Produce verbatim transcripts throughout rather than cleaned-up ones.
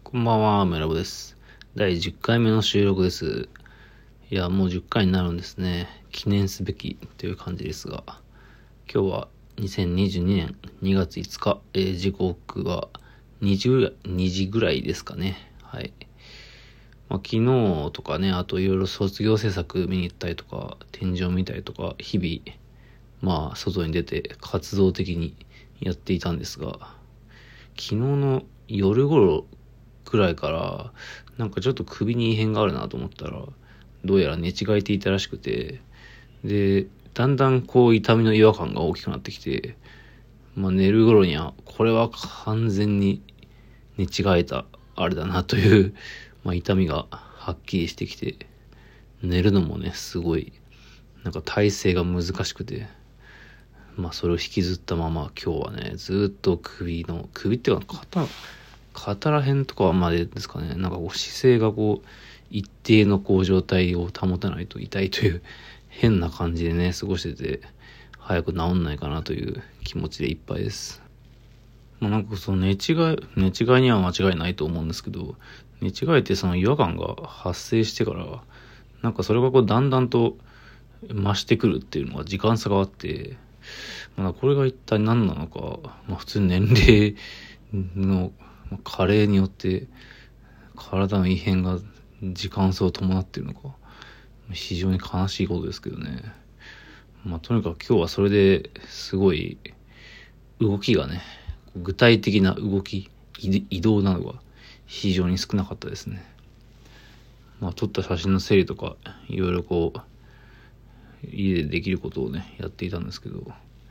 こんばんは、メラボです。だいじゅっかいめの収録です。いや、もうじゅっかいになるんですね。記念すべきという感じですが、今日はにせんにじゅうにねんにがついつか、えー、時刻はにじぐらい、にじぐらいですかね。はい。まあ、昨日とかね、あといろいろ卒業制作見に行ったりとか、展示を見たりとか、日々、まあ、外に出て活動的にやっていたんですが、昨日の夜頃くらいからなんかちょっと首に異変があるなと思ったら、どうやら寝違えていたらしくて、でだんだんこう痛みの違和感が大きくなってきて、まあ、寝る頃にはこれは完全に寝違えたあれだなという、まあ、痛みがはっきりしてきて、寝るのもねすごいなんか体勢が難しくて、まあそれを引きずったまま今日はねずっと首の首っていうか肩肩ら辺とかまでですかね、なんかこう姿勢がこう一定のこう状態を保たないと痛いという変な感じでね過ごしてて、早く治んないかなという気持ちでいっぱいです。まあ、なんかその寝違い寝違いには間違いないと思うんですけど、寝違えてその違和感が発生してからなんかそれがこうだんだんと増してくるっていうのが時間差があって、まあ、これが一体何なのか、まあ、普通に年齢の加齢によって体の異変が時間差を伴っているのか、非常に悲しいことですけどね。まあとにかく今日はそれですごい動きがね、具体的な動き移動などが非常に少なかったですね。まあ撮った写真の整理とかいろいろこう家でできることをねやっていたんですけど、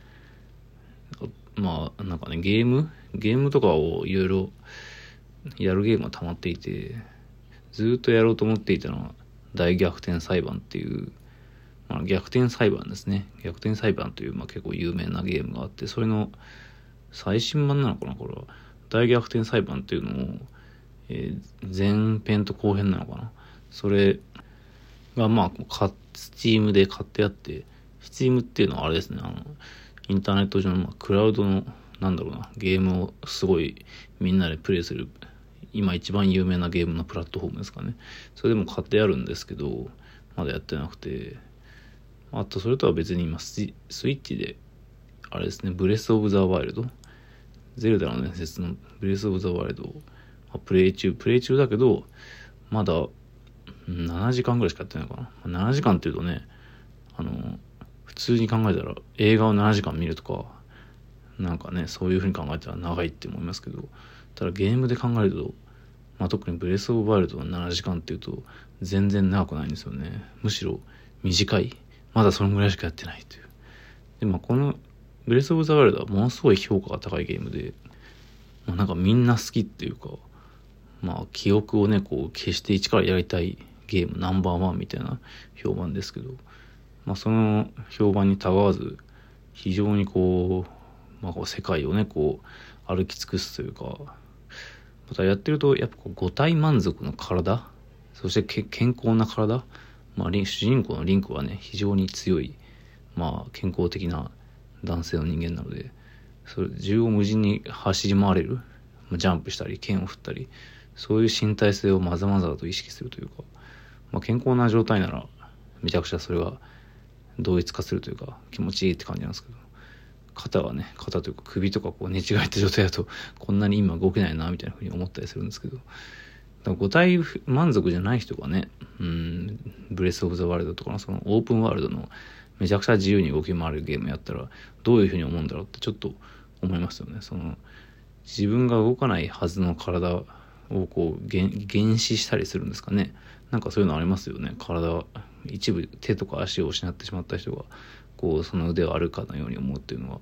まあなんかねゲームゲームとかをいろいろやるゲームが溜まっていて、ずっとやろうと思っていたのは大逆転裁判っていう、まあ、逆転裁判ですね。逆転裁判という、まあ、結構有名なゲームがあって、それの最新版なのかな、これは。大逆転裁判っていうのを、えー、前編と後編なのかな、それがまあスチームで買ってあって、スチームっていうのはあれですね、あのインターネット上の、まあ、クラウドのなんだろうな、ゲームをすごいみんなでプレイする今一番有名なゲームのプラットフォームですかね。それでも買ってあるんですけどまだやってなくて、あとそれとは別に今スイッチであれですね、ブレスオブザワイルド、ゼルダの伝説のブレスオブザワイルドをプレイ中プレイ中だけど、まだななじかんぐらいしかやってないのかな。ななじかんっていうとね、あの普通に考えたら映画をななじかん見るとかなんかね、そういう風に考えたら長いって思いますけど、ただゲームで考えると、まあ、特にブレスオブワイルドのななじかんっていうと全然長くないんですよね。むしろ短い、まだそのぐらいしかやってないという。でまあこのブレスオブザワイルドはものすごい評価が高いゲームで、まあ、なんかみんな好きっていうか、まあ記憶をねこう消して一からやりたいゲームナンバーワンみたいな評判ですけど、まあその評判にたがわず非常にこう、まあ、こう世界をねこう歩き尽くすというか、またやってるとやっぱこう五体満足の体、そしてけ健康な体、まあ、主人公のリンクはね非常に強い、まあ、健康的な男性の人間なので、それ縦横無尽に走り回れる、ジャンプしたり剣を振ったり、そういう身体性をまざまざと意識するというか、まあ、健康な状態ならめちゃくちゃそれが同一化するというか気持ちいいって感じなんですけど、肩はね肩というか首とかこう寝違えた状態だとこんなに今動けないなみたいな風に思ったりするんですけど、だから五体満足じゃない人がね、うんブレスオブザワールドとかのそのオープンワールドのめちゃくちゃ自由に動き回るゲームやったらどういう風に思うんだろうってちょっと思いますよね。その自分が動かないはずの体をこう減死したりするんですかね、なんかそういうのありますよね。体一部手とか足を失ってしまった人がこうその腕をあるかのように思うっていうのは。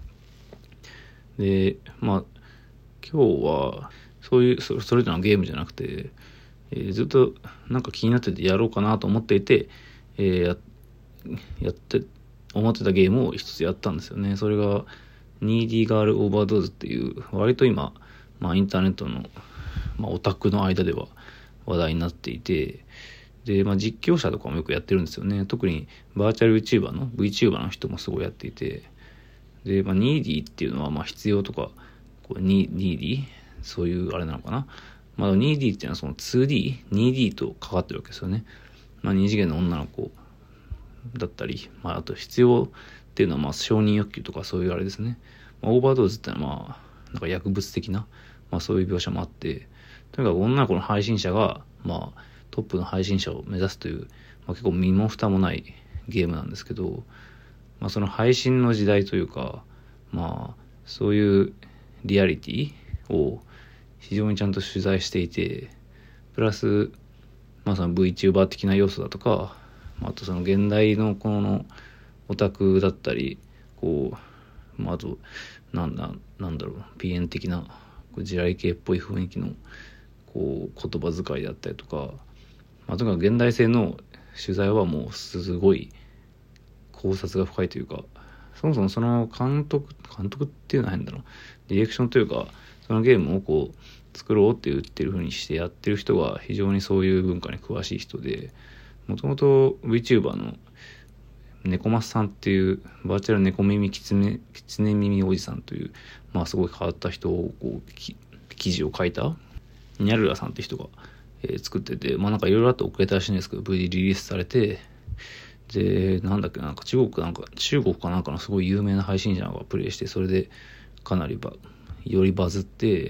でまあ今日はそういうそれそれぞれのゲームじゃなくて、えー、ずっとなんか気になっててやろうかなと思っていて、えー、や, やって思ってたゲームを一つやったんですよね。それがニーディーガールオーバードーズっていう割と今、まあ、インターネットの、まあ、オタクの間では話題になっていて、で、まあ、実況者とかもよくやってるんですよね。特にバーチャル YouTuber の VTuber の人もすごいやっていて、で、まあ、ニーディーっていうのはまあ必要とかこうニーディーそういうあれなのかな、 まあ ツーディー っていうのはその ツーディー、ツーディー とかかってるわけですよね。まあに次元の女の子だったり、まああと必要っていうのはまあ承認欲求とかそういうあれですね。まあ、オーバードーズっていうのはまあなんか薬物的な、まあそういう描写もあって、とにかく女の子の配信者がまあトップの配信者を目指すという、まあ、結構身も蓋もないゲームなんですけど、まあその配信の時代というか、まあそういうリアリティを非常にちゃんと取材していて、プラスまあその VTuber 的な要素だとか、あとその現代のこのオタクだったり、こう、まあ、あとなんだなんだろう ピーエヌ 的な地雷系っぽい雰囲気のこう言葉遣いであったりとか、まあ、とにかく現代性の取材はもうすごい考察が深いというか、そもそもその監督監督っていうのは変だな、ディレクションというか、そのゲームをこう作ろうって言ってる風にしてやってる人が非常にそういう文化に詳しい人で、もともと VTuber の猫マスさんっていうバーチャル猫耳キツネキツネ耳おじさんという、まあすごい変わった人をこう記事を書いたニャルラさんって人が、えー、作ってて、まあなんかいろいろあって遅れたらしいんですけど、無事リリースされて、でなんだっけなんか中国なんか中国かなんかのすごい有名な配信者がプレイして、それでかなりばよりバズって、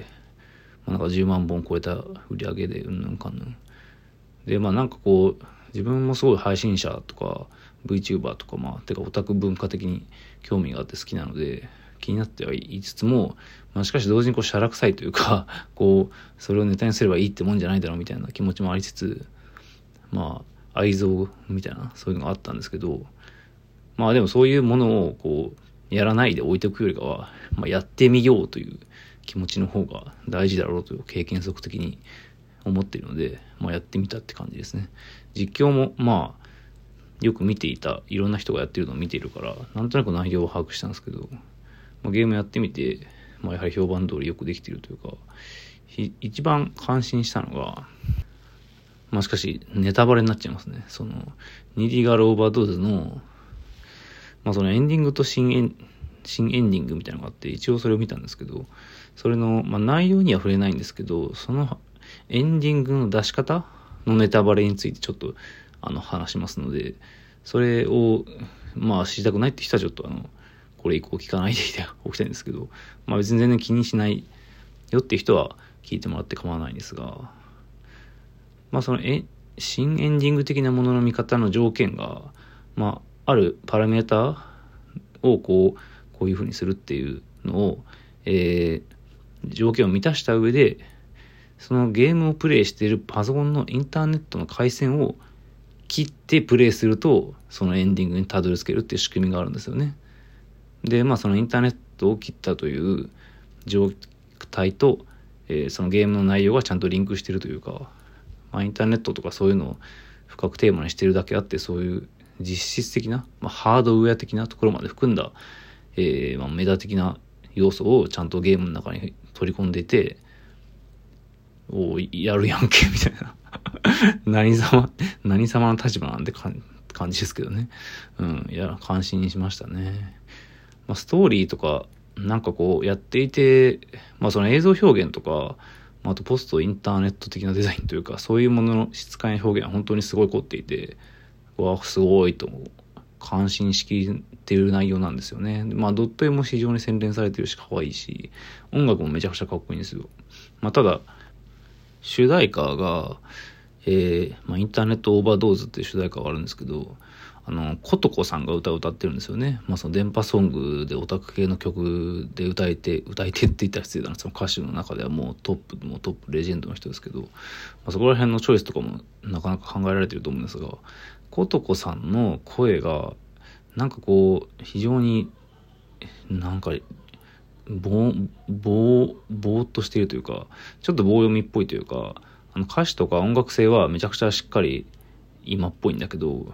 まあ、なんかじゅうまんぼん超えた売り上げでうんぬんかんぬんで、まあなんかこう自分もすごい配信者とか VTuber とか、まあてかオタク文化的に興味があって好きなので気になってはいつつも、まあ、しかし同時にこうしゃらくさいというかこうそれをネタにすればいいってもんじゃないだろうみたいな気持ちもありつつ、まあ愛憎みたいなそういうのがあったんですけど、まあでもそういうものをこうやらないで置いておくよりかは、まあ、やってみようという気持ちの方が大事だろうという経験則的に思っているので、まあ、やってみたって感じですね。実況もまあよく見ていた、いろんな人がやってるのを見ているからなんとなく内容を把握したんですけど、まあ、ゲームやってみて、まあ、やはり評判通りよくできているというか、一番感心したのが、まあしかしネタバレになっちゃいますね。そのニディガールオーバードーズのまあそのエンディングと新エン新エンディングみたいなのがあって、一応それを見たんですけど、それの、まあ、内容には触れないんですけど、そのエンディングの出し方のネタバレについてちょっとあの話しますので、それをまあ知りたくないって人はちょっとあのこれ以降聞かないでおきたいんですけど、まあ別に全然気にしないよって人は聞いてもらって構わないんですが、まあそのえ新エンディング的なものの見方の条件が、まああるパラメータをこうこういうふうにするっていうのを、えー、条件を満たした上で、そのゲームをプレイしているパソコンのインターネットの回線を切ってプレイすると、そのエンディングにたどり着けるっていう仕組みがあるんですよね。で、まあそのインターネットを切ったという状態と、えー、そのゲームの内容がちゃんとリンクしているというか、まあ、インターネットとかそういうのを深くテーマにしているだけあって、そういう実質的な、まあ、ハードウェア的なところまで含んだえーまあ、メタ的な要素をちゃんとゲームの中に取り込んでいて、おやるやんけみたいな何様何様の立場なんて感じですけどね。うん、いや感心しましたね。まあ、ストーリーとかなんかこうやっていて、まあその映像表現とか、あとポストインターネット的なデザインというか、そういうものの質感や表現は本当にすごい凝っていて、わすごいと思う。感心しきっている内容なんですよね。まあドット絵も非常に洗練されてるし可愛いし、音楽もめちゃくちゃかっこいいんですよ。まあただ主題歌が、えーまあ、インターネットオーバードーズっていう主題歌があるんですけど、あのことこさんが歌を歌ってるんですよね。まあその電波ソングでオタク系の曲で歌えて歌えてって言ったら失礼だな。その歌手の中ではもうトップもうトップレジェンドの人ですけど、まあ、そこら辺のチョイスとかもなかなか考えられてると思うんですが、ことこさんの声がなんかこう非常になんかぼぼぼーっとしているというか、ちょっと棒読みっぽいというか、あの歌詞とか音楽性はめちゃくちゃしっかり今っぽいんだけど、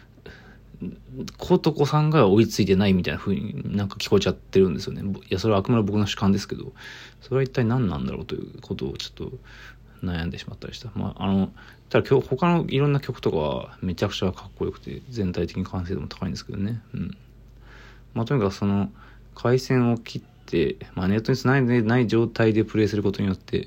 ことこさんが追いついてないみたいな風になんか聞こえちゃってるんですよね。いやそれはあくまで僕の主観ですけど、それは一体何なんだろうということをちょっと悩んでしまったりした。まああのただ今日他のいろんな曲とかはめちゃくちゃかっこよくて全体的に完成度も高いんですけどね。うん。まあとにかくその回線を切って、まあ、ネットに繋いでない状態でプレイすることによって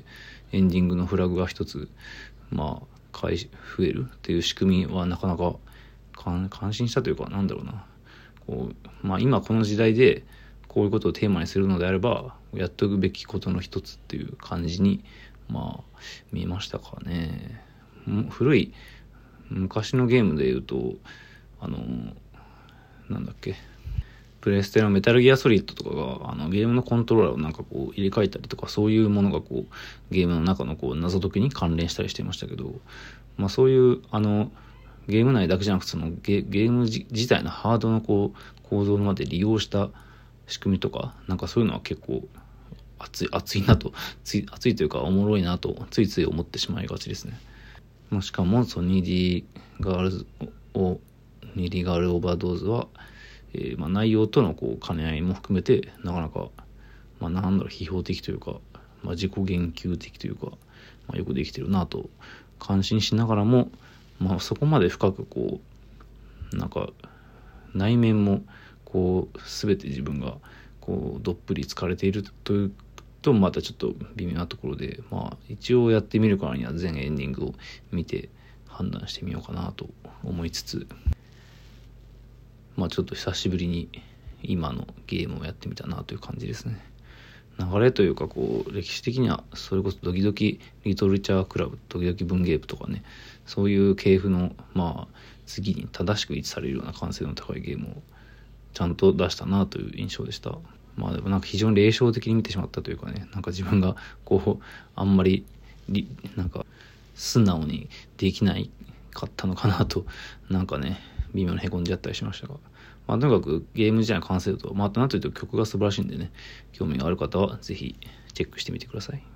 エンディングのフラグが一つまあ回増えるっていう仕組みはなかなか感心したというか、なんだろうな、こう、まあ、今この時代でこういうことをテーマにするのであればやっておくべきことの一つっていう感じにまあ見えましたかね。古い昔のゲームでいうとあのなんだっけプレステのメタルギアソリッドとかがあのゲームのコントローラーをなんかこう入れ替えたりとか、そういうものがこうゲームの中のこう謎解きに関連したりしていましたけど、まあ、そういうあのゲーム内だけじゃなくてその ゲ, ゲーム自体のハードのこう構造まで利用した仕組みとか、なんかそういうのは結構熱い熱いなとつい熱いというかおもろいなとついつい思ってしまいがちですね。もしかもそのニーディーガールズをニーディーガールオーバードーズは、えーまあ、内容とのこう兼ね合いも含めてなかなか、まあ、なんだろう批評的というか、まあ、自己言及的というか、まあ、よくできてるなと感心しながらも、まあ、そこまで深くこうなんか内面もこう全て自分がこうどっぷり疲れているというとまたちょっと微妙なところで、まあ一応やってみるからには全エンディングを見て判断してみようかなと思いつつ、まあちょっと久しぶりに今のゲームをやってみたなという感じですね。流れというかこう歴史的にはそれこそドキドキリトルチャークラブ、ドキドキ文芸部とかね、そういう系譜のまあ次に正しく位置されるような完成度の高いゲームをちゃんと出したなという印象でした。まあでもなんか非常に霊障的に見てしまったというかね、なんか自分がこうあんまりなんか素直にできないかったのかなと、なんかね微妙にへこんじゃったりしましたが、まあとにかくゲーム自体の完成度と、まあなんというと曲が素晴らしいんでね、興味がある方はぜひチェックしてみてください。